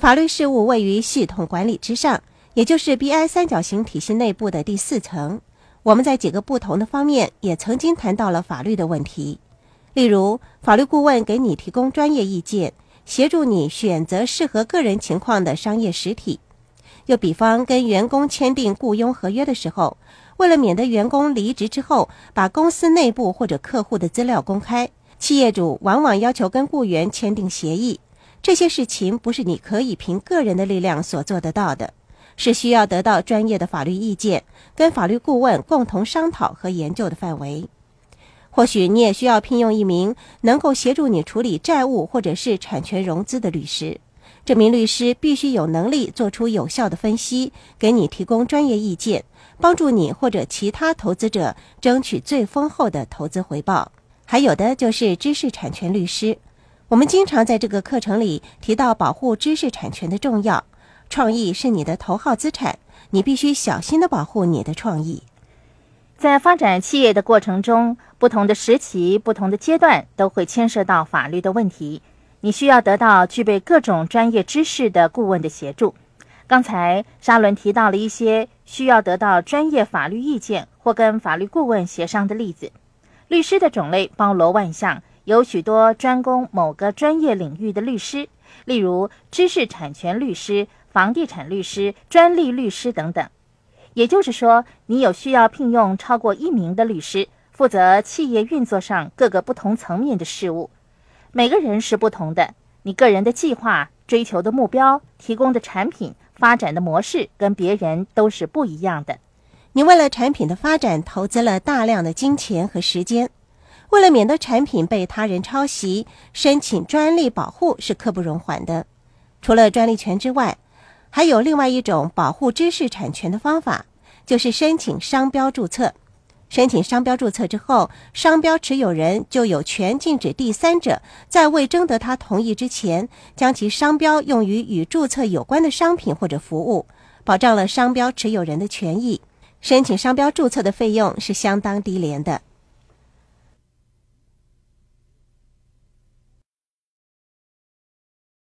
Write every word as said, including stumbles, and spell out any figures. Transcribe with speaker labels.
Speaker 1: 法律事务位于系统管理之上，也就是 B I 三角形体系内部的第四层。我们在几个不同的方面也曾经谈到了法律的问题，例如法律顾问给你提供专业意见，协助你选择适合个人情况的商业实体。又比方跟员工签订雇佣合约的时候，为了免得员工离职之后把公司内部或者客户的资料公开，企业主往往要求跟雇员签订协议。这些事情不是你可以凭个人的力量所做得到的，是需要得到专业的法律意见，跟法律顾问共同商讨和研究的范围。或许你也需要聘用一名能够协助你处理债务或者是产权融资的律师。这名律师必须有能力做出有效的分析，给你提供专业意见，帮助你或者其他投资者争取最丰厚的投资回报。还有的就是知识产权律师。我们经常在这个课程里提到保护知识产权的重要。创意是你的头号资产，你必须小心地保护你的创意。
Speaker 2: 在发展企业的过程中，不同的时期、不同的阶段都会牵涉到法律的问题，你需要得到具备各种专业知识的顾问的协助。刚才沙伦提到了一些需要得到专业法律意见或跟法律顾问协商的例子。律师的种类包罗万象，有许多专攻某个专业领域的律师，例如知识产权律师、房地产律师、专利律师等等。也就是说，你有需要聘用超过一名的律师，负责企业运作上各个不同层面的事务。每个人是不同的，你个人的计划、追求的目标、提供的产品、发展的模式跟别人都是不一样的。
Speaker 1: 你为了产品的发展投资了大量的金钱和时间，为了免得产品被他人抄袭，申请专利保护是刻不容缓的。除了专利权之外，还有另外一种保护知识产权的方法，就是申请商标注册。申请商标注册之后，商标持有人就有权禁止第三者在未征得他同意之前，将其商标用于与注册有关的商品或者服务，保障了商标持有人的权益。申请商标注册的费用是相当低廉的。